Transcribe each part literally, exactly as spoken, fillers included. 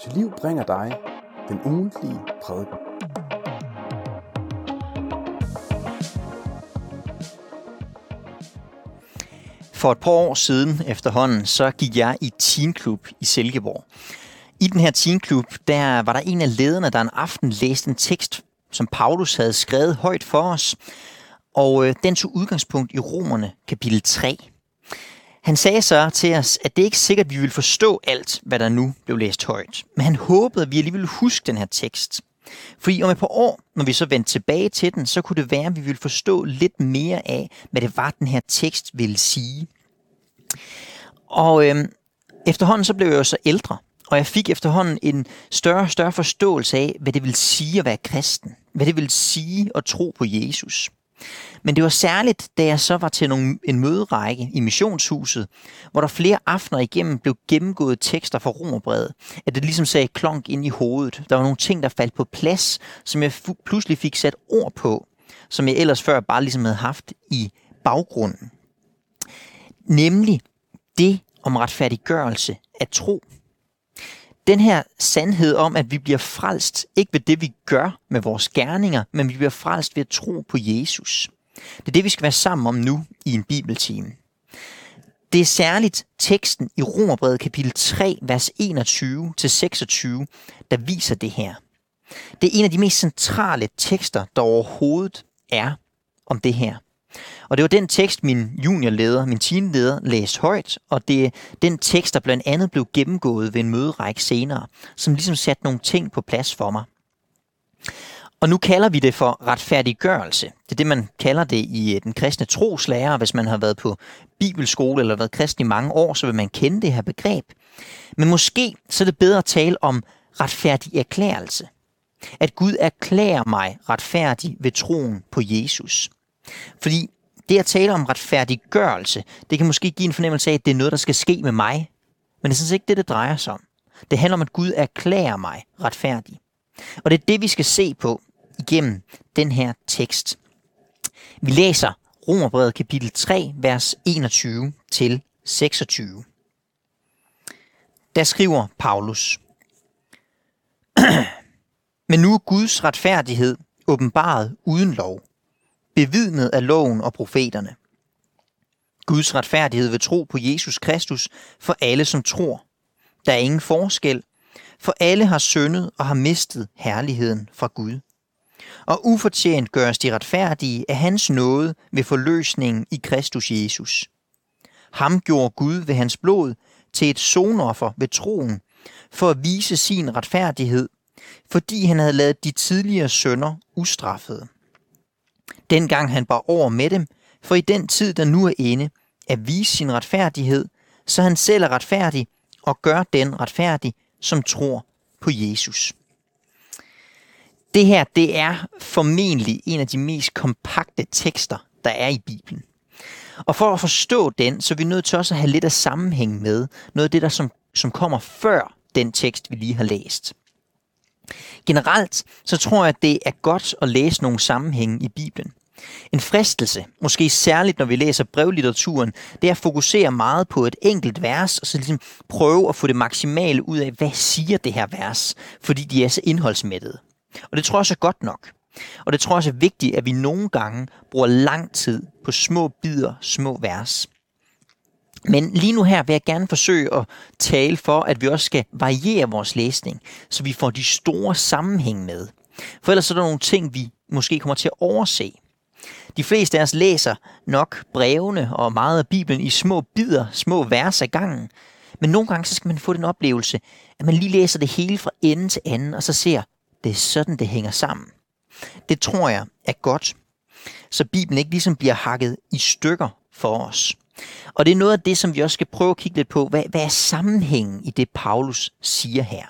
til Liv bringer dig den ugentlige prædiken. For et par år siden efterhånden, så gik jeg i teenklub i Silkeborg. I den her teenklub, der var der en af lederne, der en aften læste en tekst, som Paulus havde skrevet højt for os. Og øh, den tog udgangspunkt i Romerne kapitel tre. Han sagde så til os, at det ikke er sikkert, at vi ville forstå alt, hvad der nu blev læst højt. Men han håbede, at vi alligevel ville huske den her tekst. Fordi om et par år, når vi så vendte tilbage til den, så kunne det være, at vi ville forstå lidt mere af, hvad det var, den her tekst ville sige. Og øh, efterhånden så blev jeg jo så ældre, og jeg fik efterhånden en større og større forståelse af, hvad det vil sige at være kristen. Hvad det vil sige at tro på Jesus. Men det var særligt, da jeg så var til nogle, en møderække i missionshuset, hvor der flere aftener igennem blev gennemgået tekster fra Romerbrevet, at det ligesom sagde klonk ind i hovedet. Der var nogle ting, der faldt på plads, som jeg fu- pludselig fik sat ord på, som jeg ellers før bare ligesom havde haft i baggrunden. Nemlig det om retfærdiggørelse af tro. Den her sandhed om, at vi bliver frelst, ikke ved det, vi gør med vores gerninger, men vi bliver frelst ved at tro på Jesus. Det er det, vi skal være sammen om nu i en bibeltime. Det er særligt teksten i Romerbrevet kapitel tre, vers enogtyve til seksogtyve, der viser det her. Det er en af de mest centrale tekster, der overhovedet er om det her. Og det var den tekst, min juniorleder, min teamleder, læste højt, og det er den tekst, der blandt andet blev gennemgået ved en møderække senere, som ligesom satte nogle ting på plads for mig. Og nu kalder vi det for retfærdiggørelse. Det er det, man kalder det i den kristne troslære. Hvis man har været på bibelskole eller været kristen i mange år, så vil man kende det her begreb. Men måske så er det bedre at tale om retfærdig erklærelse. At Gud erklærer mig retfærdig ved troen på Jesus. Fordi det at tale om retfærdiggørelse, det kan måske give en fornemmelse af, at det er noget, der skal ske med mig. Men det er sådan ikke det, det drejer sig om. Det handler om, at Gud erklærer mig retfærdig. Og det er det, vi skal se på igennem den her tekst. Vi læser Romerbrevet kapitel tre, vers enogtyve til seksogtyve. Der skriver Paulus: Men nu er Guds retfærdighed åbenbaret uden lov, bevidnet af loven og profeterne. Guds retfærdighed ved tro på Jesus Kristus for alle, som tror. Der er ingen forskel, for alle har syndet og har mistet herligheden fra Gud. Og ufortjent gøres de retfærdige af hans nåde ved forløsningen i Kristus Jesus. Ham gjorde Gud ved hans blod til et sonoffer ved troen, for at vise sin retfærdighed, fordi han havde ladet de tidligere synder ustraffede. Dengang han bar over med dem, for i den tid, der nu er inde, at vise sin retfærdighed, så han selv er retfærdig og gør den retfærdig, som tror på Jesus. Det her, det er formentlig en af de mest kompakte tekster, der er i Bibelen. Og for at forstå den, så er vi nødt til også at have lidt af sammenhæng med noget af det, der som, som kommer før den tekst, vi lige har læst. Generelt så tror jeg, at det er godt at læse nogle sammenhænge i Bibelen. En fristelse, måske særligt når vi læser brevlitteraturen, det er at fokusere meget på et enkelt vers, og så ligesom prøve at få det maksimale ud af, hvad siger det her vers, fordi de er så indholdsmættede. Og det tror jeg også er godt nok. Og det tror jeg også er vigtigt, at vi nogle gange bruger lang tid på små bidder, små vers. Men lige nu her vil jeg gerne forsøge at tale for, at vi også skal variere vores læsning, så vi får de store sammenhæng med. For ellers er der nogle ting, vi måske kommer til at overse. De fleste af os læser nok brevene og meget af Bibelen i små bidder, små vers ad gangen. Men nogle gange så skal man få den oplevelse, at man lige læser det hele fra ende til anden, og så ser, det er sådan, det hænger sammen. Det tror jeg er godt, så Bibelen ikke ligesom bliver hakket i stykker for os. Og det er noget af det, som vi også skal prøve at kigge lidt på. Hvad, hvad er sammenhængen i det, Paulus siger her?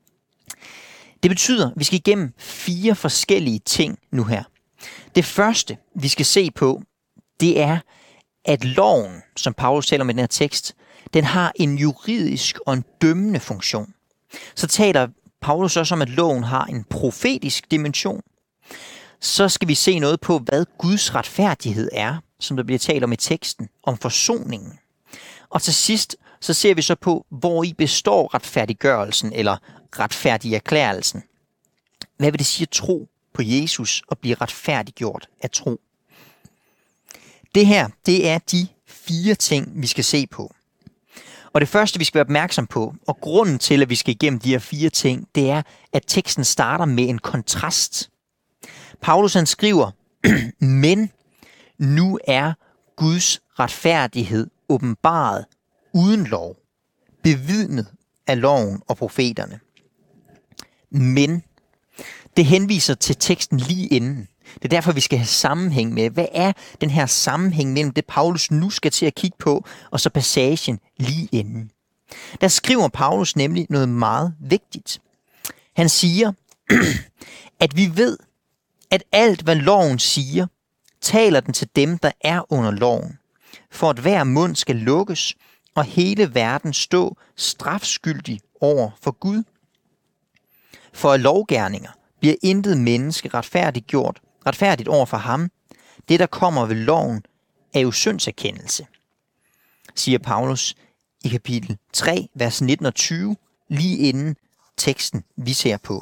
Det betyder, at vi skal igennem fire forskellige ting nu her. Det første, vi skal se på, det er, at loven, som Paulus taler om i den her tekst, den har en juridisk og en dømmende funktion. Så taler Paulus også om, at loven har en profetisk dimension. Så skal vi se noget på, hvad Guds retfærdighed er, som der bliver talt om i teksten, om forsoningen. Og til sidst, så ser vi så på, hvor i består retfærdiggørelsen, eller retfærdig erklærelsen. Hvad vil det sige at tro på Jesus og blive retfærdiggjort af tro? Det her, det er de fire ting, vi skal se på. Og det første, vi skal være opmærksom på, og grunden til, at vi skal igennem de her fire ting, det er, at teksten starter med en kontrast. Paulus han skriver, men nu er Guds retfærdighed åbenbaret uden lov, bevidnet af loven og profeterne. Men det henviser til teksten lige inden. Det er derfor, vi skal have sammenhæng med, hvad er den her sammenhæng mellem det, Paulus nu skal til at kigge på, og så passagen lige inden. Der skriver Paulus nemlig noget meget vigtigt. Han siger, at vi ved, at alt, hvad loven siger, taler den til dem, der er under loven, for at hver mund skal lukkes, og hele verden stå strafskyldig over for Gud. For af lovgerninger bliver intet menneske retfærdiggjort, retfærdigt over for ham. Det, der kommer ved loven, er jo syndserkendelse, siger Paulus i kapitel tre, vers nitten og tyve, lige inden teksten, vi ser på.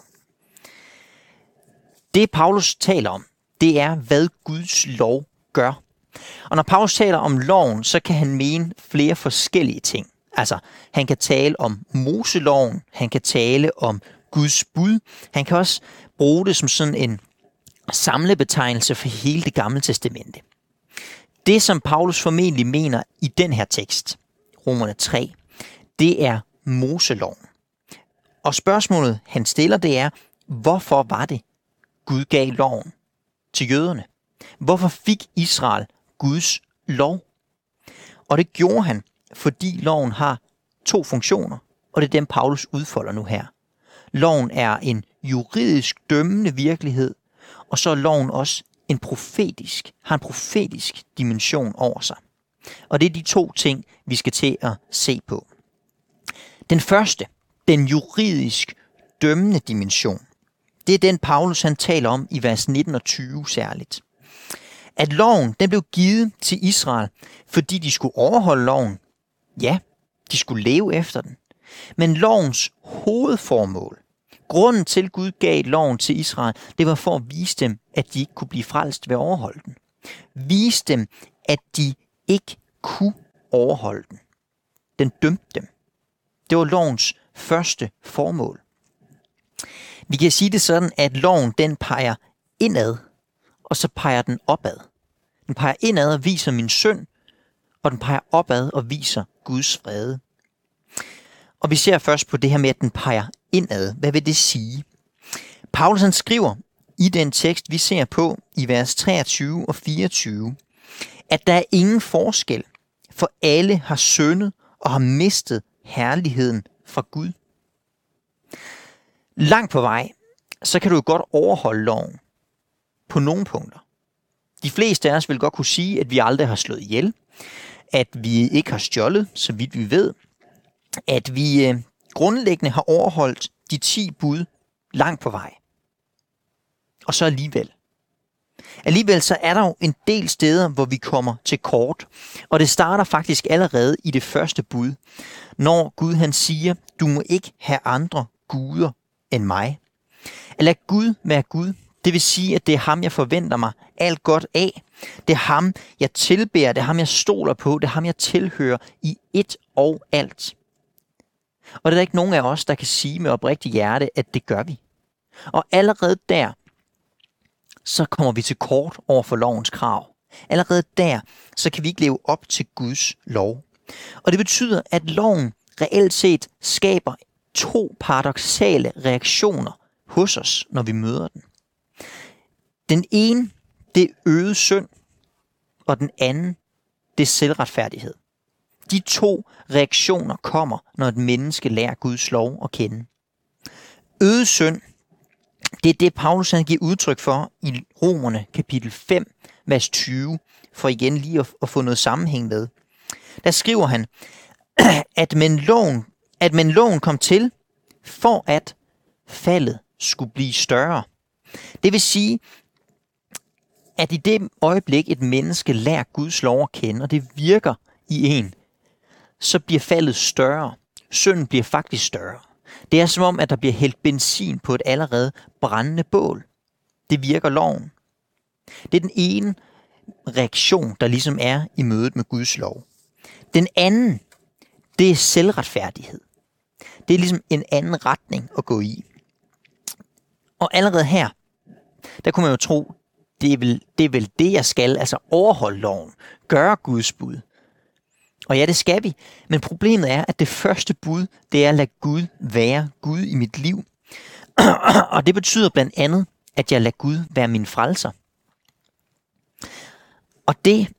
Det, Paulus taler om, det er, hvad Guds lov gør. Og når Paulus taler om loven, så kan han mene flere forskellige ting. Altså, han kan tale om Moseloven, han kan tale om Guds bud. Han kan også bruge det som sådan en samlebetegnelse for hele det gamle testamente. Det, som Paulus formentlig mener i den her tekst, Romerne tre, det er Moseloven. Og spørgsmålet, han stiller, det er, hvorfor var det, Gud gav loven til jøderne? Hvorfor fik Israel Guds lov? Og det gjorde han, fordi loven har to funktioner, og det er dem, Paulus udfolder nu her. Loven er en juridisk dømmende virkelighed, og så er loven også en profetisk, har en profetisk dimension over sig. Og det er de to ting, vi skal til at se på. Den første, den juridisk dømmende dimension, det er den, Paulus han taler om i vers nitten og tyve særligt. At loven den blev givet til Israel, fordi de skulle overholde loven. Ja, de skulle leve efter den. Men lovens hovedformål, grunden til Gud gav loven til Israel, det var for at vise dem, at de ikke kunne blive frelst ved at overholde den. Vise dem, at de ikke kunne overholde den. Den dømte dem. Det var lovens første formål. Vi kan sige det sådan, at loven den peger indad, og så peger den opad. Den peger indad og viser min synd, og den peger opad og viser Guds vrede. Og vi ser først på det her med, at den peger indad. Hvad vil det sige? Paulus han skriver i den tekst, vi ser på i vers treogtyve og fireogtyve, at der er ingen forskel, for alle har syndet og har mistet herligheden fra Gud. Langt på vej, så kan du jo godt overholde loven på nogle punkter. De fleste af os vil godt kunne sige, at vi aldrig har slået ihjel, at vi ikke har stjålet, så vidt vi ved, at vi øh, grundlæggende har overholdt de ti bud langt på vej. Og så alligevel. Alligevel så er der jo en del steder, hvor vi kommer til kort, og det starter faktisk allerede i det første bud, når Gud han siger, du må ikke have andre guder end mig. At lade Gud være Gud, det vil sige, at det er ham, jeg forventer mig alt godt af. Det er ham, jeg tilbærer, det er ham, jeg stoler på, det er ham, jeg tilhører i et og alt. Og det er der ikke nogen af os, der kan sige med oprigtigt hjerte, at det gør vi. Og allerede der, så kommer vi til kort over for lovens krav. Allerede der, så kan vi ikke leve op til Guds lov. Og det betyder, at loven reelt set skaber to paradoksale reaktioner hos os, når vi møder den. Den ene, det er øget synd, og den anden, det er selvretfærdighed. De to reaktioner kommer, når et menneske lærer Guds lov at kende. Øget synd, det er det, Paulus han giver udtryk for i Romerne kapitel fem, vers tyve, for igen lige at, at få noget sammenhæng med. Der skriver han, at men loven, at men loven kom til, for at faldet skulle blive større. Det vil sige, at i det øjeblik, et menneske lærer Guds lov at kende, og det virker i en, så bliver faldet større. Synden bliver faktisk større. Det er som om, at der bliver hældt benzin på et allerede brændende bål. Det virker loven. Det er den ene reaktion, der ligesom er i mødet med Guds lov. Den anden, det er selvretfærdighed. Det er ligesom en anden retning at gå i. Og allerede her, der kunne man jo tro, det er vel det, er vel det jeg skal, altså overholde loven, gøre Guds bud. Og ja, det skal vi, men problemet er, at det første bud, det er at lade Gud være Gud i mit liv. Og det betyder blandt andet, at jeg lader Gud være min frelser. Og det...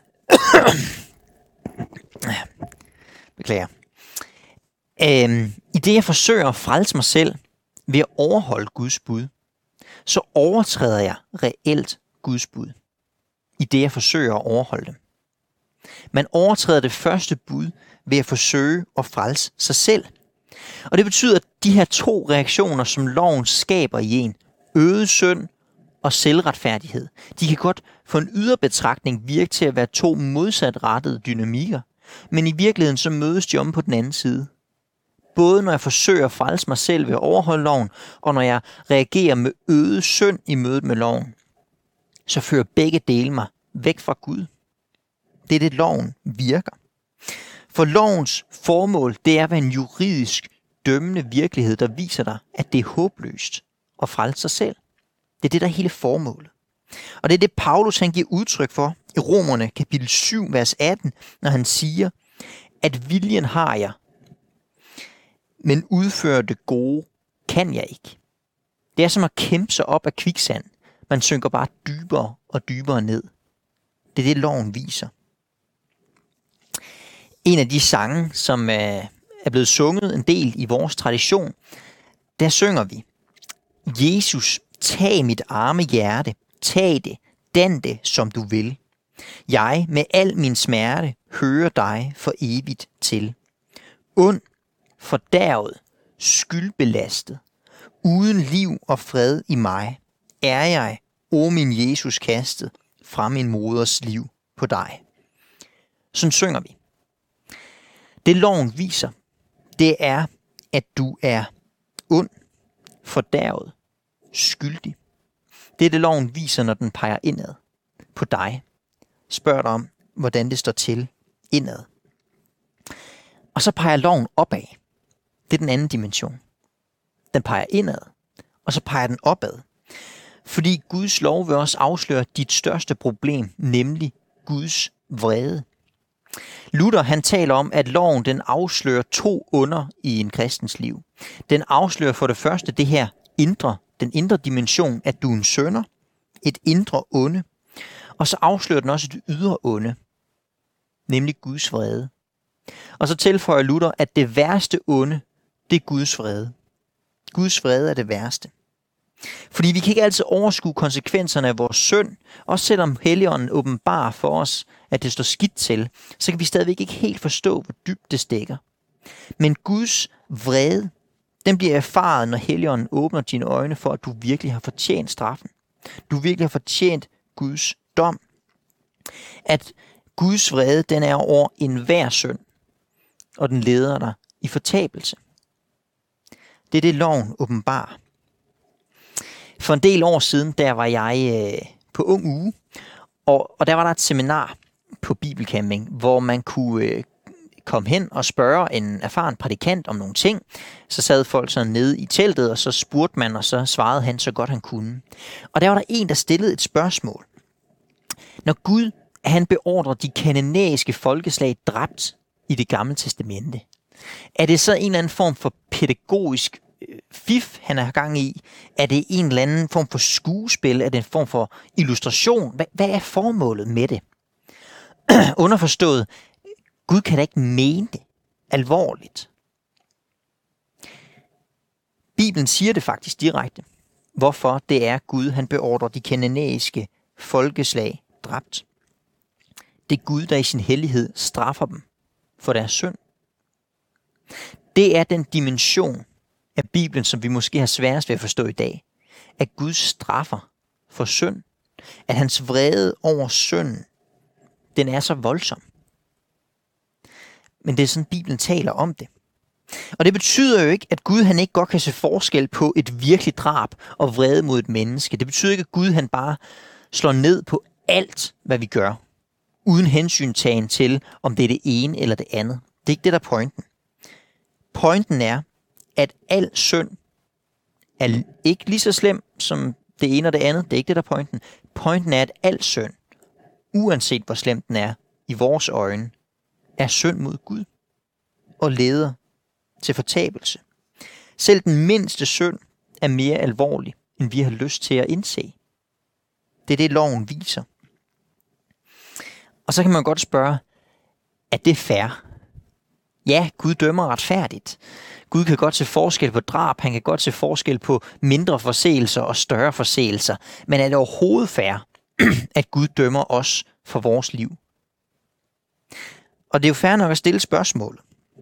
Beklager. Øhm, I det jeg forsøger at frelse mig selv ved at overholde Guds bud, så overtræder jeg reelt Guds bud. I det jeg forsøger at overholde dem. Man overtræder det første bud ved at forsøge at frelse sig selv. Og det betyder, at de her to reaktioner, som loven skaber i en, øget synd og selvretfærdighed, de kan godt for en ydre betragtning virke til at være to modsatrettede dynamikker, men i virkeligheden så mødes de om på den anden side. Både når jeg forsøger at frelse mig selv ved at overholde loven, og når jeg reagerer med øget synd i mødet med loven, så fører begge dele mig væk fra Gud. Det er det, loven virker. For lovens formål, det er at være en juridisk dømmende virkelighed, der viser dig, at det er håbløst at frelse sig selv. Det er det, der er hele formålet. Og det er det, Paulus han giver udtryk for i Romerne kapitel syv, vers atten, når han siger, at viljen har jeg, men udføre det gode kan jeg ikke. Det er som at kæmpe sig op af kviksand. Man synker bare dybere og dybere ned. Det er det, loven viser. En af de sange, som er blevet sunget en del i vores tradition, der synger vi: Jesus, tag mit arme hjerte, tag det, dan det, som du vil. Jeg med al min smerte hører dig for evigt til. Und, fordærvet, skyldbelastet, uden liv og fred i mig, er jeg, o min Jesus, kastet fra min moders liv på dig. Sådan synger vi. Det loven viser, det er, at du er ond, fordærvet, skyldig. Det er det, loven viser, når den peger indad på dig. Spørg dig om, hvordan det står til indad. Og så peger loven opad. Det er den anden dimension. Den peger indad, og så peger den opad. Fordi Guds lov vil også afsløre dit største problem, nemlig Guds vrede. Luther han taler om, at loven den afslører to onder i en kristens liv. Den afslører for det første det her indre, den indre dimension, at du er en synder, et indre onde. Og så afslører den også et ydre onde, nemlig Guds vrede. Og så tilføjer Luther, at det værste onde, det er Guds vrede. Guds vrede er det værste. Fordi vi kan ikke altid overskue konsekvenserne af vores synd, også selvom Helligånden åbenbarer for os, at det står skidt til, så kan vi stadigvæk ikke helt forstå, hvor dybt det stikker. Men Guds vrede, den bliver erfaret, når Helligånden åbner dine øjne for, at du virkelig har fortjent straffen. Du virkelig har fortjent Guds dom. At Guds vrede, den er over enhver synd, og den leder dig i fortabelse. Det er det, loven åbenbarer. For en del år siden, der var jeg øh, på Ung Uge, og, og der var der et seminar på Bibelcamping, hvor man kunne øh, komme hen og spørge en erfaren prædikant om nogle ting. Så sad folk så nede i teltet, og så spurgte man, og så svarede han så godt han kunne. Og der var der en, der stillede et spørgsmål. Når Gud, han beordrer de kananæiske folkeslag dræbt i det gamle testamente, er det så en eller anden form for pædagogisk fif, han er gang i? Er det en eller anden form for skuespil? Er det en form for illustration? Hvad, hvad er formålet med det? Underforstået, Gud kan da ikke mene det alvorligt. Bibelen siger det faktisk direkte. Hvorfor det er Gud, han beordrer de kananæiske folkeslag dræbt. Det er Gud, der i sin hellighed straffer dem for deres synd. Det er den dimension af Bibelen, som vi måske har sværest ved at forstå i dag. At Gud straffer for synd. At hans vrede over synden, den er så voldsom. Men det er sådan, Bibelen taler om det. Og det betyder jo ikke, at Gud han ikke godt kan se forskel på et virkeligt drab og vrede mod et menneske. Det betyder ikke, at Gud han bare slår ned på alt, hvad vi gør, uden hensyntagen til, om det er det ene eller det andet. Det er ikke det, der er pointen. Pointen er, at al synd er ikke lige så slem som det ene og det andet. Det er ikke det, der er pointen. Pointen er, at al synd, uanset hvor slem den er i vores øjne, er synd mod Gud og leder til fortabelse. Selv den mindste synd er mere alvorlig, end vi har lyst til at indse. Det er det, loven viser. Og så kan man godt spørge, er det fair? Ja, Gud dømmer retfærdigt. Gud kan godt se forskel på drab, han kan godt se forskel på mindre forseelser og større forseelser. Men er det overhovedet fair, at Gud dømmer os for vores liv? Og det er jo fair nok at stille spørgsmål.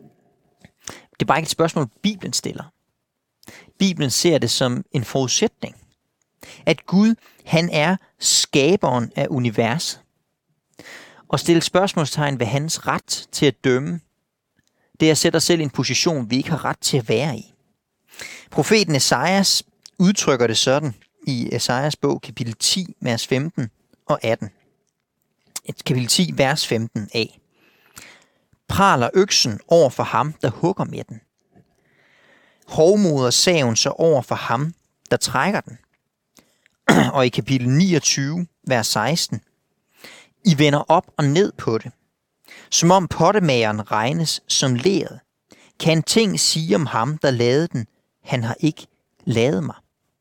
Det er bare ikke et spørgsmål, Bibelen stiller. Bibelen ser det som en forudsætning. At Gud, han er skaberen af universet. Og stille spørgsmålstegn ved hans ret til at dømme, det er at sætte os selv i en position, vi ikke har ret til at være i. Profeten Esajas udtrykker det sådan i Esajas bog, kapitel ti, vers femten og atten. Et kapitel ti, vers femten a. Praler øksen over for ham, der hugger med den. Hovmoder saven så over for ham, der trækker den. Og i kapitel niogtyve, vers seksten. I vender op og ned på det. Som om pottemageren regnes som leret. Kan ting sige om ham, der lavede den, han har ikke lavet mig.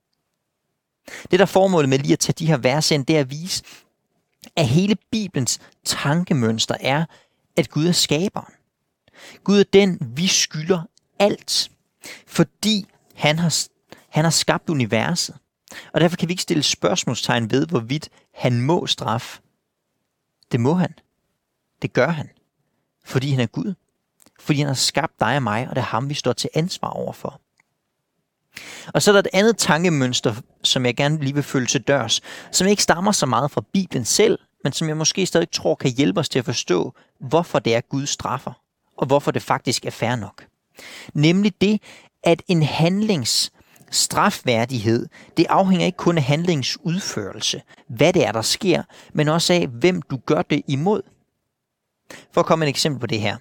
Det der formålet med lige at tage de her vers ind, det er at vise, at hele Bibelens tankemønster er, at Gud er skaberen. Gud er den, vi skylder alt, fordi han har, han har skabt universet. Og derfor kan vi ikke stille spørgsmålstegn ved, hvorvidt han må straffe. Det må han. Det gør han. Fordi han er Gud. Fordi han har skabt dig og mig, og det er ham, vi står til ansvar overfor. Og så er der et andet tankemønster, som jeg gerne lige vil følge til dørs, som ikke stammer så meget fra Bibelen selv, men som jeg måske stadig tror kan hjælpe os til at forstå, hvorfor det er Gud straffer, og hvorfor det faktisk er fair nok. Nemlig det, at en handlings strafværdighed, det afhænger ikke kun af handlingens udførelse, hvad det er, der sker, men også af, hvem du gør det imod. For at komme med et eksempel på det her.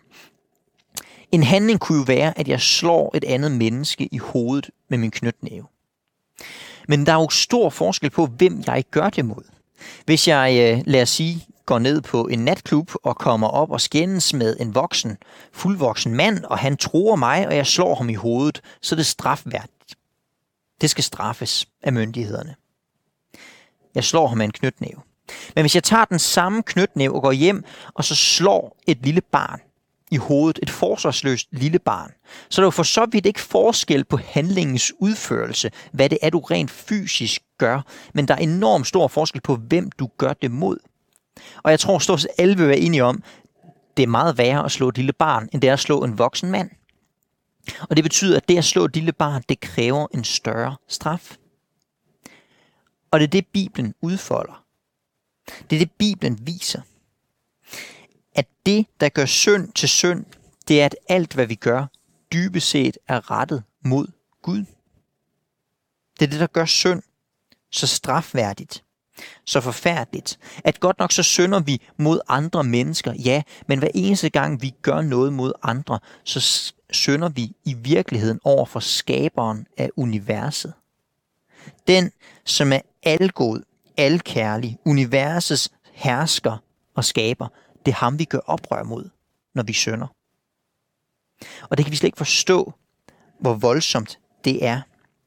En handling kunne jo være, at jeg slår et andet menneske i hovedet med min knytnæve. Men der er jo stor forskel på, hvem jeg gør det mod. Hvis jeg, lad os sige, går ned på en natklub og kommer op og skændes med en voksen, fuldvoksen mand, og han truer mig, og jeg slår ham i hovedet, så er det strafværdigt. Det skal straffes af myndighederne. Jeg slår ham med en knytnæve. Men hvis jeg tager den samme knytnæve og går hjem, og så slår et lille barn i hovedet, et forsvarsløst lille barn, så er der jo for så vidt ikke forskel på handlingens udførelse, hvad det er, du rent fysisk gør, men der er enormt stor forskel på, hvem du gør det mod. Og jeg tror stort set alle vil være enige om, det er meget værre at slå et lille barn, end det er at slå en voksen mand. Og det betyder, at det at slå et lille barn, det kræver en større straf. Og det er det, Bibelen udfolder. Det er det, Bibelen viser. At det, der gør synd til synd, det er, at alt, hvad vi gør, dybest set er rettet mod Gud. Det er det, der gør synd så strafværdigt, så forfærdeligt, at godt nok så synder vi mod andre mennesker, ja, men hver eneste gang vi gør noget mod andre, så synder vi i virkeligheden over for skaberen af universet. Den, som er algod, alkærlig, universets hersker og skaber, det er ham, vi gør oprør mod, når vi synder. Og det kan vi slet ikke forstå, hvor voldsomt det er.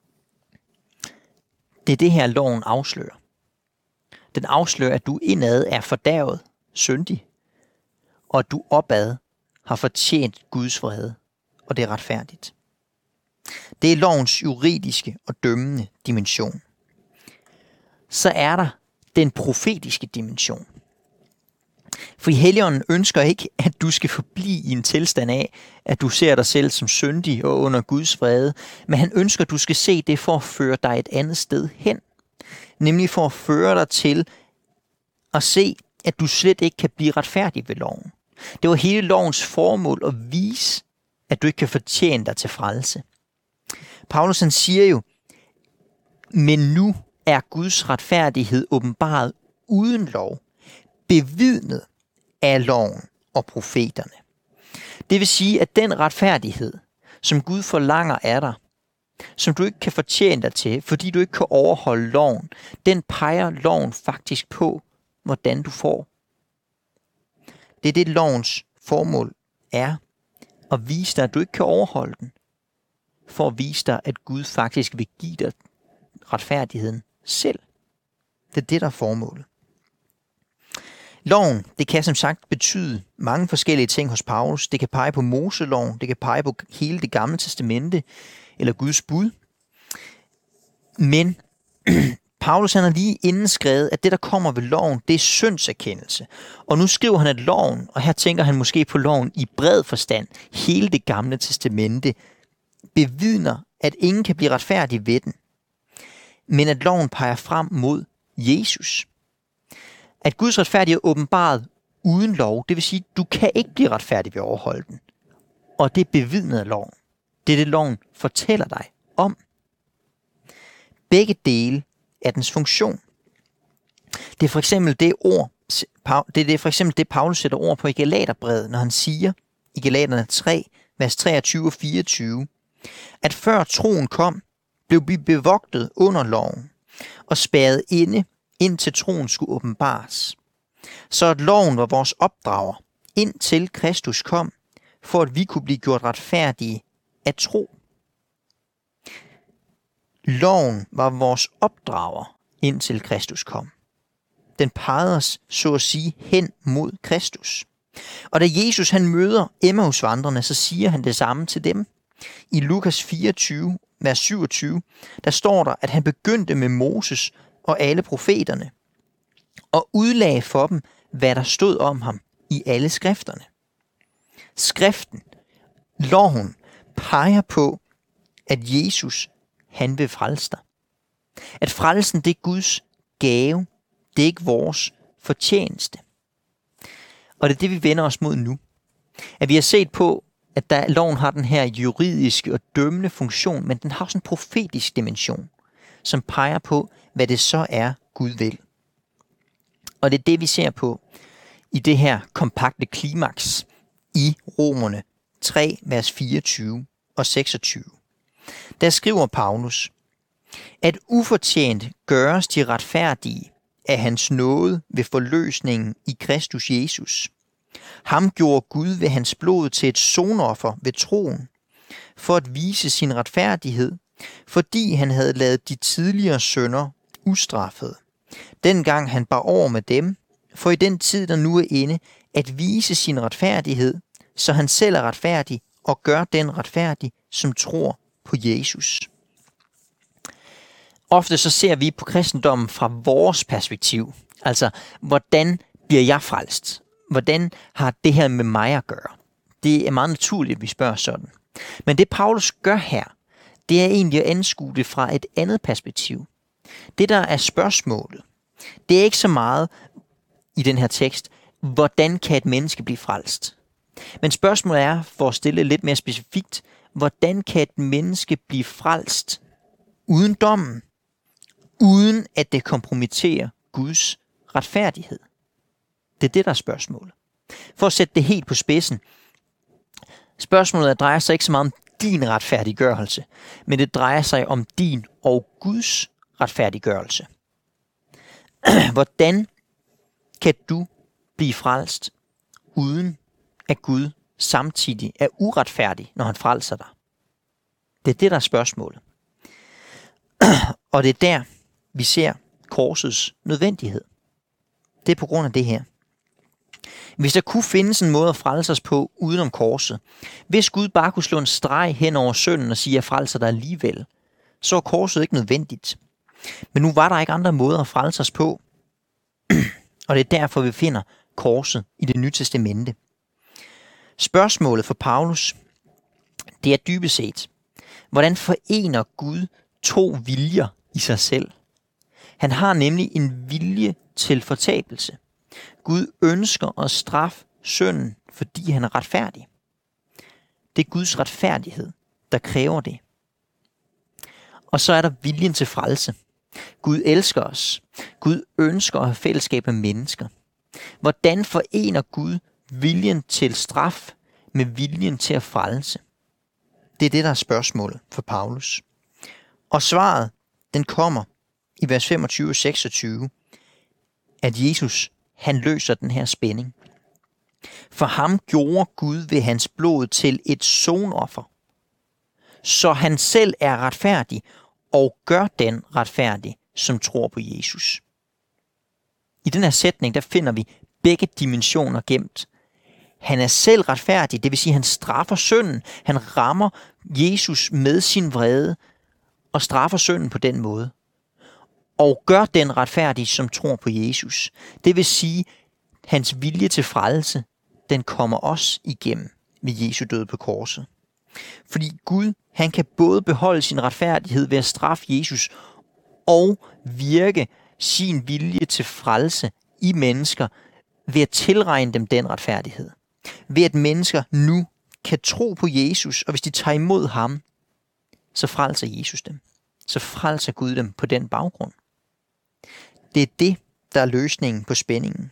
Det er det her, loven afslører. Den afslører, at du indad er fordærvet, syndig, og at du opad har fortjent Guds vrede, og det er retfærdigt. Det er lovens juridiske og dømmende dimension. Så er der den profetiske dimension. For Helligånden ønsker ikke, at du skal forblive i en tilstand af, at du ser dig selv som syndig og under Guds vrede, men han ønsker, at du skal se det for at føre dig et andet sted hen. Nemlig for at føre dig til at se, at du slet ikke kan blive retfærdig ved loven. Det var hele lovens formål at vise, at du ikke kan fortjene dig til frelse. Paulus han siger jo, men nu er Guds retfærdighed åbenbaret uden lov, bevidnet af loven og profeterne. Det vil sige, at den retfærdighed, som Gud forlanger af dig, som du ikke kan fortjene dig til, fordi du ikke kan overholde loven, den peger loven faktisk på, hvordan du får. Det er det, lovens formål er, at vise dig, at du ikke kan overholde den, for at vise dig, at Gud faktisk vil give dig retfærdigheden selv. Det er det, der er formålet. Loven, det kan som sagt betyde mange forskellige ting hos Paulus. Det kan pege på Moseloven, det kan pege på hele det gamle testamente, eller Guds bud. Men Paulus han har lige inden skrevet, at det, der kommer ved loven, det er syndserkendelse. Og nu skriver han, at loven, og her tænker han måske på loven i bred forstand, hele det gamle testamente, bevidner, at ingen kan blive retfærdig ved den. Men at loven peger frem mod Jesus. At Guds retfærdighed er åbenbaret uden lov, det vil sige, at du kan ikke blive retfærdig ved at overholde den. Og det er bevidnet af loven. Det er det, loven fortæller dig om. Begge dele er dens funktion. Det er for eksempel det ord, det er det for eksempel det, Paulus sætter ord på i Galaterbrevet, når han siger i Galaterne tre, vers treogtyve og fireogtyve, at før troen kom, blev vi bevogtet under loven og spærret inde, indtil troen skulle åbenbares. Så at loven var vores opdrager, indtil Kristus kom, for at vi kunne blive gjort retfærdige af tro. Loven var vores opdrager, indtil Kristus kom. Den pegede os, så at sige, hen mod Kristus. Og da Jesus han møder Emmausvandrerne, så siger han det samme til dem. I Lukas fireogtyve, vers syvogtyve, der står der, at han begyndte med Moses og alle profeterne, og udlagde for dem, hvad der stod om ham i alle skrifterne. Skriften, loven, peger på, at Jesus, han vil frelse dig. At frelsen, det er Guds gave, det er ikke vores fortjeneste. Og det er det, vi vender os mod nu. At vi har set på, at der, loven har den her juridiske og dømmende funktion, men den har også en profetisk dimension, som peger på, hvad det så er, Gud vil. Og det er det, vi ser på i det her kompakte klimaks i Romerne tre, vers fireogtyve og seksogtyve. Der skriver Paulus, at ufortjent gøres de retfærdige af hans nåde ved forløsningen i Kristus Jesus. Ham gjorde Gud ved hans blod til et sonoffer ved troen, for at vise sin retfærdighed, fordi han havde ladet de tidligere synder ustraffede. Dengang han bar over med dem, for i den tid, der nu er inde, at vise sin retfærdighed, så han selv er retfærdig og gør den retfærdig, som tror på Jesus. Ofte så ser vi på kristendommen fra vores perspektiv. Altså, hvordan bliver jeg frelst? Hvordan har det her med mig at gøre? Det er meget naturligt, at vi spørger sådan. Men det Paulus gør her, det er egentlig at anskue det fra et andet perspektiv. Det der er spørgsmålet, det er ikke så meget i den her tekst, hvordan kan et menneske blive frelst? Men spørgsmålet er, for at stille lidt mere specifikt, hvordan kan et menneske blive frelst uden dommen? Uden at det kompromitterer Guds retfærdighed. Det er det, der er spørgsmålet. For at sætte det helt på spidsen. Spørgsmålet drejer sig ikke så meget om din retfærdiggørelse, men det drejer sig om din og Guds retfærdiggørelse. Hvordan kan du blive frelst, uden at Gud samtidig er uretfærdig, når han frelser dig? Det er det, der er spørgsmålet. Og det er der, vi ser korsets nødvendighed. Det er på grund af det her. Hvis der kunne findes en måde at frelse os på udenom korset, hvis Gud bare kunne slå en streg hen over synden og sige, jeg frelser dig alligevel, så er korset ikke nødvendigt. Men nu var der ikke andre måder at frelse os på, og det er derfor, vi finder korset i Det Nye Testamente. Spørgsmålet for Paulus, det er dybest set, hvordan forener Gud to viljer i sig selv? Han har nemlig en vilje til fortabelse. Gud ønsker at straffe synden, fordi han er retfærdig. Det er Guds retfærdighed, der kræver det. Og så er der viljen til frelse. Gud elsker os. Gud ønsker at have fællesskab med mennesker. Hvordan forener Gud viljen til straf med viljen til at frelse? Det er det, der er spørgsmålet for Paulus. Og svaret, den kommer i vers femogtyve og seksogtyve, at Jesus, han løser den her spænding. For ham gjorde Gud ved hans blod til et sonoffer, så han selv er retfærdig og gør den retfærdig, som tror på Jesus. I den her sætning, der finder vi begge dimensioner gemt. Han er selv retfærdig, det vil sige, at han straffer synden. Han rammer Jesus med sin vrede og straffer synden på den måde. Og gør den retfærdige, som tror på Jesus. Det vil sige, at hans vilje til frelse, den kommer også igennem ved Jesu død på korset. Fordi Gud, han kan både beholde sin retfærdighed ved at straffe Jesus og virke sin vilje til frelse i mennesker ved at tilregne dem den retfærdighed. Ved at mennesker nu kan tro på Jesus, og hvis de tager imod ham, så frelser Jesus dem. Så frelser Gud dem på den baggrund. Det er det, der er løsningen på spændingen.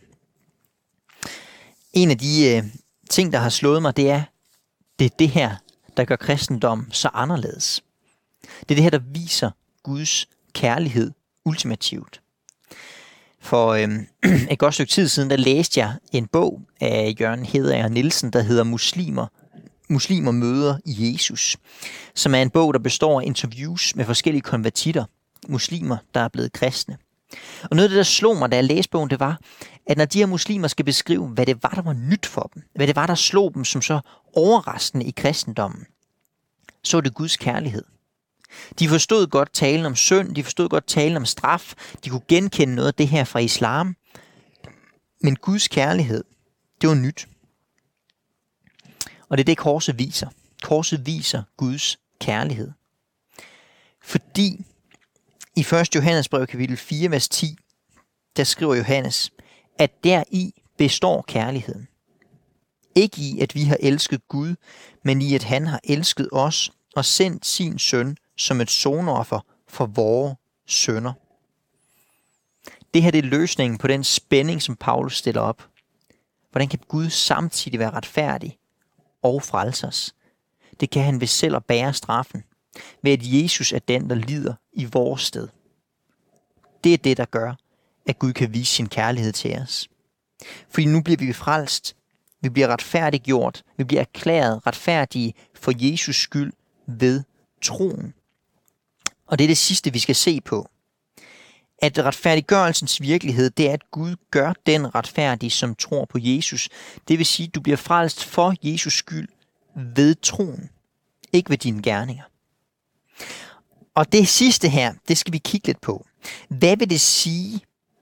En af de øh, ting, der har slået mig, det er, det er det her, der gør kristendom så anderledes. Det er det her, der viser Guds kærlighed ultimativt. For øh, et godt stykke tid siden, der læste jeg en bog af Jørgen Hedeager Nielsen, der hedder Muslimer, Muslimer møder Jesus, som er en bog, der består af interviews med forskellige konvertitter, muslimer, der er blevet kristne. Og noget af det, der slog mig, da jeg læste bogen, det var, at når de her muslimer skal beskrive, hvad det var, der var nyt for dem, hvad det var, der slog dem som så overraskende i kristendommen, så var det Guds kærlighed. De forstod godt talen om synd, de forstod godt talen om straf, de kunne genkende noget af det her fra islam, men Guds kærlighed, det var nyt. Og det er det, korset viser. Korset viser Guds kærlighed. Fordi i første Johannes brev kapitel fire, vers ti, der skriver Johannes, at deri består kærligheden. Ikke i, at vi har elsket Gud, men i, at han har elsket os og sendt sin søn som et sonoffer for vore synder. Det her det er løsningen på den spænding, som Paulus stiller op. Hvordan kan Gud samtidig være retfærdig og frelse os? Det kan han ved selv at bære straffen, ved at Jesus er den, der lider i vores sted. Det er det, der gør, at Gud kan vise sin kærlighed til os. Fordi nu bliver vi frelst, vi bliver retfærdiggjort, vi bliver erklæret retfærdige for Jesus skyld ved troen. Og det er det sidste, vi skal se på. At retfærdiggørelsens virkelighed, det er, at Gud gør den retfærdige, som tror på Jesus. Det vil sige, at du bliver frelst for Jesus skyld ved troen, ikke ved dine gerninger. Og det sidste her, det skal vi kigge lidt på. Hvad vil det sige,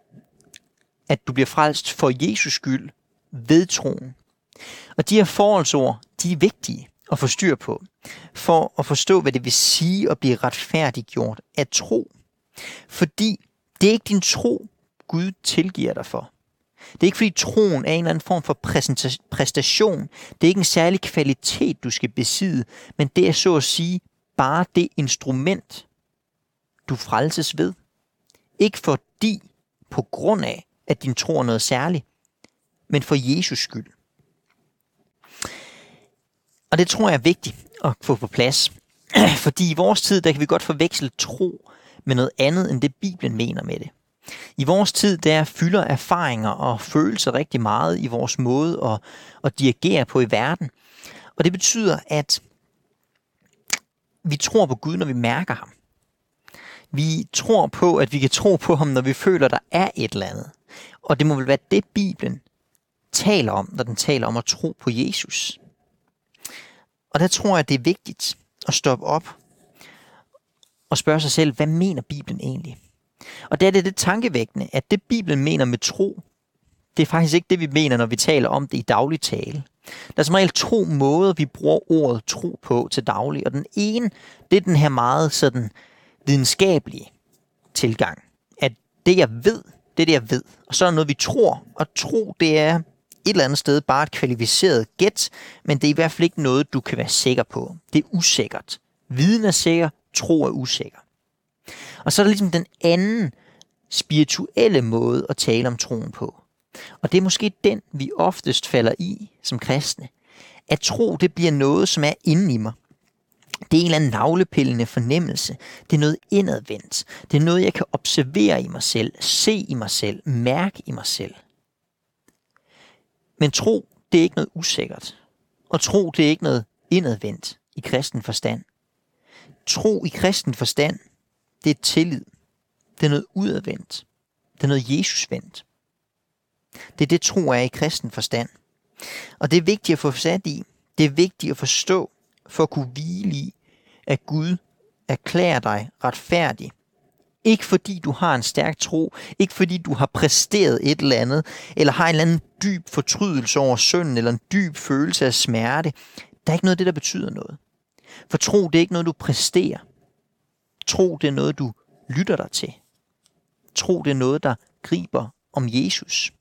at du bliver frelst for Jesus skyld ved troen? Og de her forholdsord, de er vigtige at få styr på, for at forstå, hvad det vil sige at blive retfærdiggjort af tro. Fordi det er ikke din tro, Gud tilgiver dig for. Det er ikke fordi troen er en eller anden form for præstation. Det er ikke en særlig kvalitet, du skal besidde, men det er så at sige bare det instrument, du frelses ved. Ikke fordi, på grund af, at din tro er noget særligt, men for Jesus skyld. Og det tror jeg er vigtigt at få på plads. Fordi i vores tid, der kan vi godt forveksle tro med noget andet, end det Bibelen mener med det. I vores tid, der fylder erfaringer og følelser rigtig meget i vores måde at, at dirigere på i verden. Og det betyder, at vi tror på Gud, når vi mærker ham. Vi tror på, at vi kan tro på ham, når vi føler, der er et eller andet. Og det må vel være det, Bibelen taler om, når den taler om at tro på Jesus. Og der tror jeg, det er vigtigt at stoppe op og spørge sig selv, hvad mener Bibelen egentlig? Og der er det det tankevækkende, at det Bibelen mener med tro, det er faktisk ikke det, vi mener, når vi taler om det i daglig tale. Der er som regel to måder, vi bruger ordet tro på til daglig. Og den ene, det er den her meget sådan videnskabelige tilgang. At det, jeg ved, det er det, jeg ved. Og så er der noget, vi tror. Og tro, det er et eller andet sted bare et kvalificeret gæt, men det er i hvert fald ikke noget, du kan være sikker på. Det er usikkert. Viden er sikker, tro er usikker. Og så er der ligesom den anden spirituelle måde at tale om troen på. Og det er måske den, vi oftest falder i som kristne. At tro, det bliver noget, som er inde i mig. Det er en eller anden navlepillende fornemmelse. Det er noget indadvendt. Det er noget, jeg kan observere i mig selv, se i mig selv, mærke i mig selv. Men tro, det er ikke noget usikkert. Og tro, det er ikke noget indadvendt i kristen forstand. Tro i kristen forstand, det er tillid. Det er noget udadvendt. Det er noget Jesusvendt. Det er det, tro er i kristen forstand. Og det er vigtigt at få sat i. Det er vigtigt at forstå, for at kunne hvile i, at Gud erklærer dig retfærdig. Ikke fordi du har en stærk tro, ikke fordi du har præsteret et eller andet, eller har en eller anden dyb fortrydelse over synden, eller en dyb følelse af smerte. Der er ikke noget af det, der betyder noget. For tro, det er ikke noget, du præsterer. Tro, det er noget, du lytter dig til. Tro, det er noget, der griber om Jesus.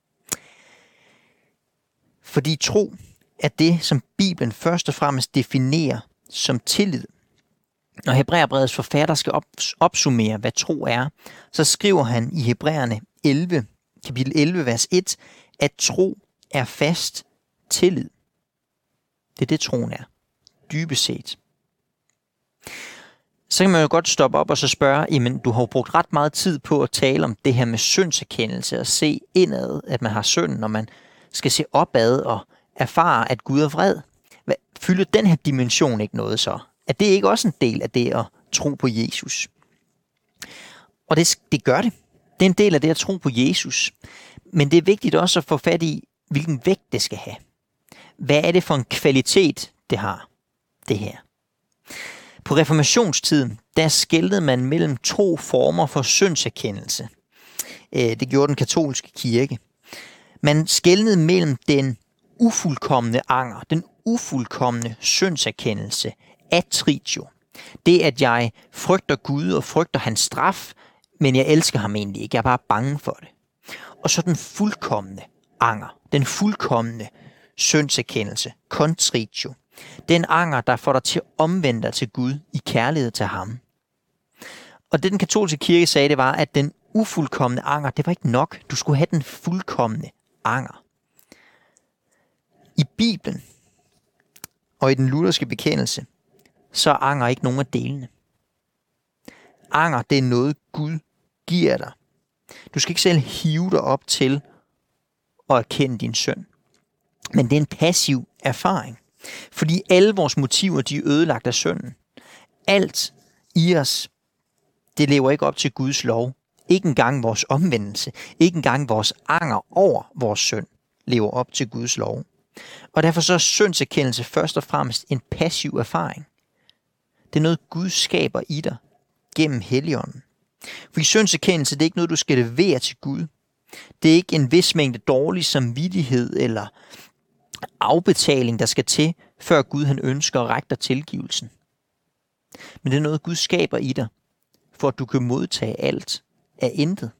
Fordi tro er det, som Bibelen først og fremmest definerer som tillid. Når Hebræerbrevets forfatter skal opsummere, hvad tro er, så skriver han i Hebræerne elleve, kapitel elleve, vers et, at tro er fast tillid. Det er det, troen er. Dybest set. Så kan man jo godt stoppe op og så spørge, jamen du har jo brugt ret meget tid på at tale om det her med syndserkendelse og se indad, at man har synd, når man skal se opad og erfare, at Gud er vred. Hvad, fylder den her dimension ikke noget så? Er det ikke også en del af det at tro på Jesus? Og det, det gør det. Det er en del af det at tro på Jesus. Men det er vigtigt også at få fat i, hvilken vægt det skal have. Hvad er det for en kvalitet, det har, det her? På reformationstiden, der skelnede man mellem to former for syndserkendelse. Det gjorde den katolske kirke. Man skelnede mellem den ufuldkomne anger, den ufuldkomne syndserkendelse, atritio. Det, at jeg frygter Gud og frygter hans straf, men jeg elsker ham egentlig ikke. Jeg er bare bange for det. Og så den fuldkomne anger, den fuldkomne syndserkendelse, contritio. Den anger, der får dig til at omvende dig til Gud i kærlighed til ham. Og det den katolske kirke sagde, det var, at den ufuldkomne anger, det var ikke nok. Du skulle have den fuldkomne anger. I Bibelen og i den lutherske bekendelse, så er anger ikke nogen af delene. Anger, det er noget Gud giver dig. Du skal ikke selv hive dig op til at erkende din synd. Men det er en passiv erfaring. Fordi alle vores motiver, de er ødelagt af synden. Alt i os, det lever ikke op til Guds lov. Ikke engang vores omvendelse, ikke engang vores anger over vores synd, lever op til Guds lov. Og derfor så er syndserkendelse først og fremmest en passiv erfaring. Det er noget, Gud skaber i dig gennem Helligånden. For syndserkendelse, det er ikke noget, du skal levere til Gud. Det er ikke en vis mængde dårlig samvittighed eller afbetaling, der skal til, før Gud han ønsker at række dig tilgivelsen. Men det er noget, Gud skaber i dig, for at du kan modtage alt af intet.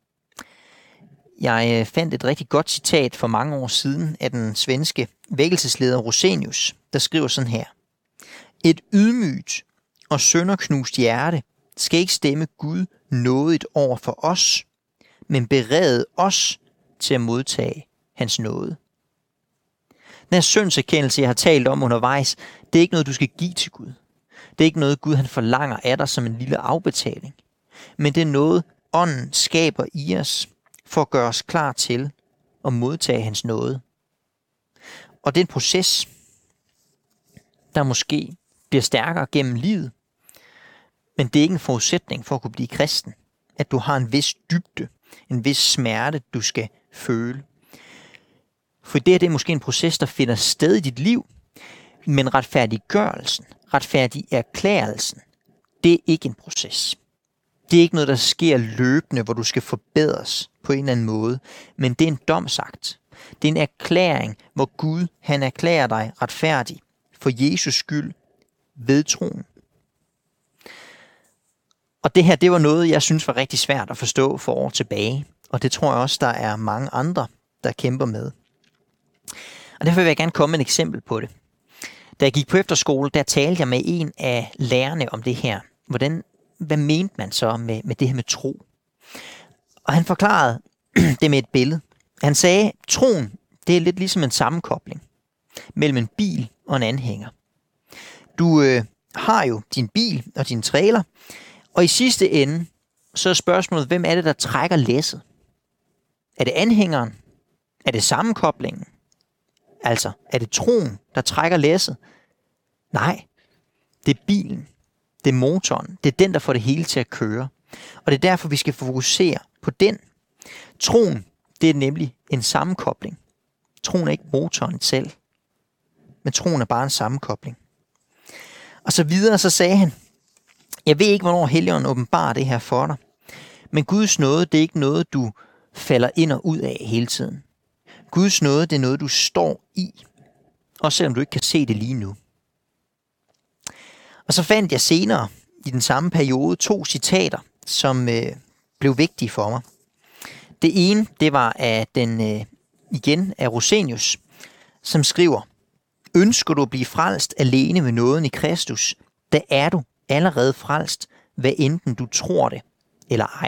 Jeg fandt et rigtig godt citat for mange år siden af den svenske vækkelsesleder Rosenius, der skriver sådan her. Et ydmygt og sønderknust hjerte skal ikke stemme Gud nådigt over for os, men berede os til at modtage hans nåde. Den her syndserkendelse, jeg har talt om undervejs, det er ikke noget, du skal give til Gud. Det er ikke noget, Gud han forlanger af dig som en lille afbetaling. Men det er noget, ånden skaber i os, for at gøre os klar til at modtage hans nåde. Og det er en proces, der måske bliver stærkere gennem livet. Men det er ikke en forudsætning for at kunne blive kristen. At du har en vis dybde, en vis smerte, du skal føle. For det, det er måske en proces, der finder sted i dit liv. Men retfærdiggørelsen, retfærdig erklærelsen, det er ikke en proces. Det er ikke noget, der sker løbende, hvor du skal forbedres på en eller anden måde. Men det er en domsagt. Det er en erklæring, hvor Gud han erklærer dig retfærdig for Jesus skyld ved troen. Og det her, det var noget, jeg synes var rigtig svært at forstå for år tilbage. Og det tror jeg også, der er mange andre, der kæmper med. Og derfor vil jeg gerne komme med et eksempel på det. Da jeg gik på efterskole, der talte jeg med en af lærerne om det her. Hvordan, hvad mente man så med, med det her med tro? Og han forklarede det med et billede. Han sagde, troen, det er lidt ligesom en sammenkobling mellem en bil og en anhænger. Du øh, har jo din bil og din trailer, og i sidste ende, så er spørgsmålet, hvem er det, der trækker læsset? Er det anhængeren? Er det sammenkoblingen? Altså, er det troen, der trækker læsset? Nej, det er bilen. Det er motoren. Det er den, der får det hele til at køre. Og det er derfor, vi skal fokusere på den. Troen, det er nemlig en sammenkobling. Troen er ikke motoren selv, men troen er bare en sammenkobling. Og så videre, så sagde han, jeg ved ikke, hvornår Helligånden åbenbarer det her for dig, men Guds nåde, det er ikke noget, du falder ind og ud af hele tiden. Guds nåde, det er noget, du står i, også selvom du ikke kan se det lige nu. Og så fandt jeg senere i den samme periode to citater, som øh, blev vigtige for mig. Det ene, det var af den, øh, igen af Rosenius, som skriver, ønsker du at blive frelst alene med nåden i Kristus, da er du allerede frelst, hvad enten du tror det eller ej.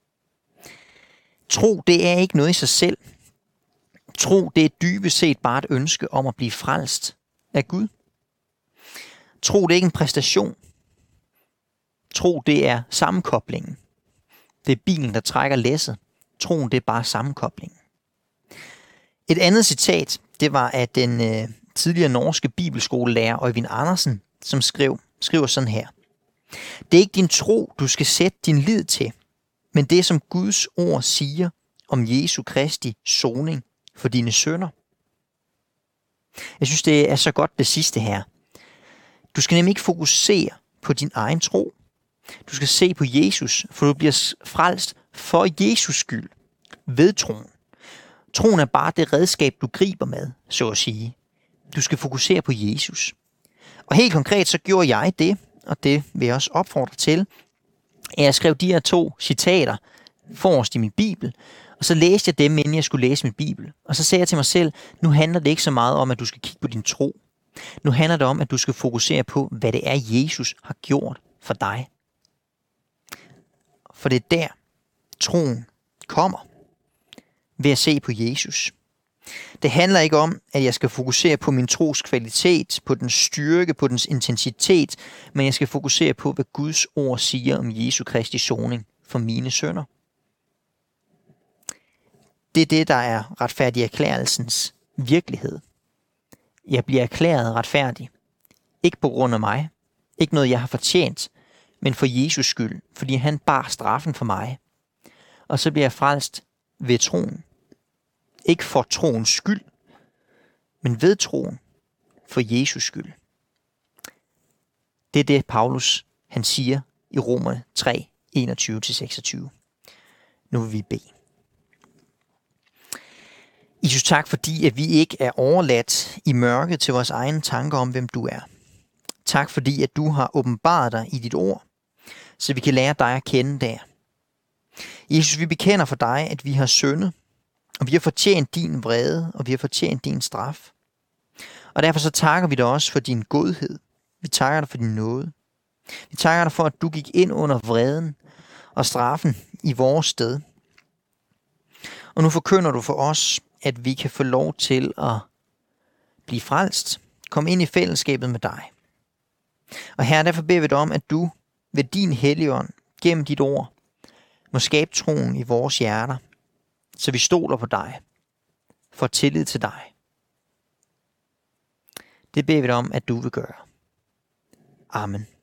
Tro, det er ikke noget i sig selv. Tro, det er dybest set bare et ønske om at blive frelst af Gud. Tro, det er ikke en præstation. Tro, det er sammenkoblingen. Det er bilen, der trækker læsset. Troen, det er bare sammenkoblingen. Et andet citat, det var af den øh, tidligere norske bibelskolelærer Øyvind Andersen, som skrev, skriver sådan her. Det er ikke din tro, du skal sætte din lid til, men det, som Guds ord siger om Jesu Kristi soning for dine synder. Jeg synes, det er så godt det sidste her. Du skal nemlig ikke fokusere på din egen tro. Du skal se på Jesus, for du bliver frelst for Jesus skyld ved troen. Troen er bare det redskab, du griber med, så at sige. Du skal fokusere på Jesus. Og helt konkret så gjorde jeg det, og det vil jeg også opfordre til, at jeg skrev de her to citater forrest i min bibel, og så læste jeg dem, inden jeg skulle læse min bibel. Og så sagde jeg til mig selv, nu handler det ikke så meget om, at du skal kigge på din tro. Nu handler det om, at du skal fokusere på, hvad det er, Jesus har gjort for dig. For det er der, troen kommer, ved at se på Jesus. Det handler ikke om, at jeg skal fokusere på min tros kvalitet, på dens styrke, på dens intensitet, men jeg skal fokusere på, hvad Guds ord siger om Jesu Kristi soning for mine synder. Det er det, der er retfærdig erklærelsens virkelighed. Jeg bliver erklæret retfærdig. Ikke på grund af mig. Ikke noget, jeg har fortjent, men for Jesus skyld, fordi han bar straffen for mig. Og så bliver jeg frelst ved troen. Ikke for troens skyld, men ved troen for Jesus skyld. Det er det, Paulus han siger i Romerne tre, enogtyve til seksogtyve. Nu vil vi bede. Jesus, tak fordi, at vi ikke er overladt i mørket til vores egne tanker om, hvem du er. Tak fordi, at du har åbenbaret dig i dit ord, så vi kan lære dig at kende der. Jesus, vi bekender for dig, at vi har syndet, og vi har fortjent din vrede, og vi har fortjent din straf. Og derfor så takker vi dig også for din godhed. Vi takker dig for din nåde. Vi takker dig for, at du gik ind under vreden og straffen i vores sted. Og nu forkynder du for os, at vi kan få lov til at blive frelst, komme ind i fællesskabet med dig. Og her derfor beder vi dig om, at du ved din Helligånd, gennem dit ord, må skabe troen i vores hjerter, så vi stoler på dig, får tillid til dig. Det beder vi dig om, at du vil gøre. Amen.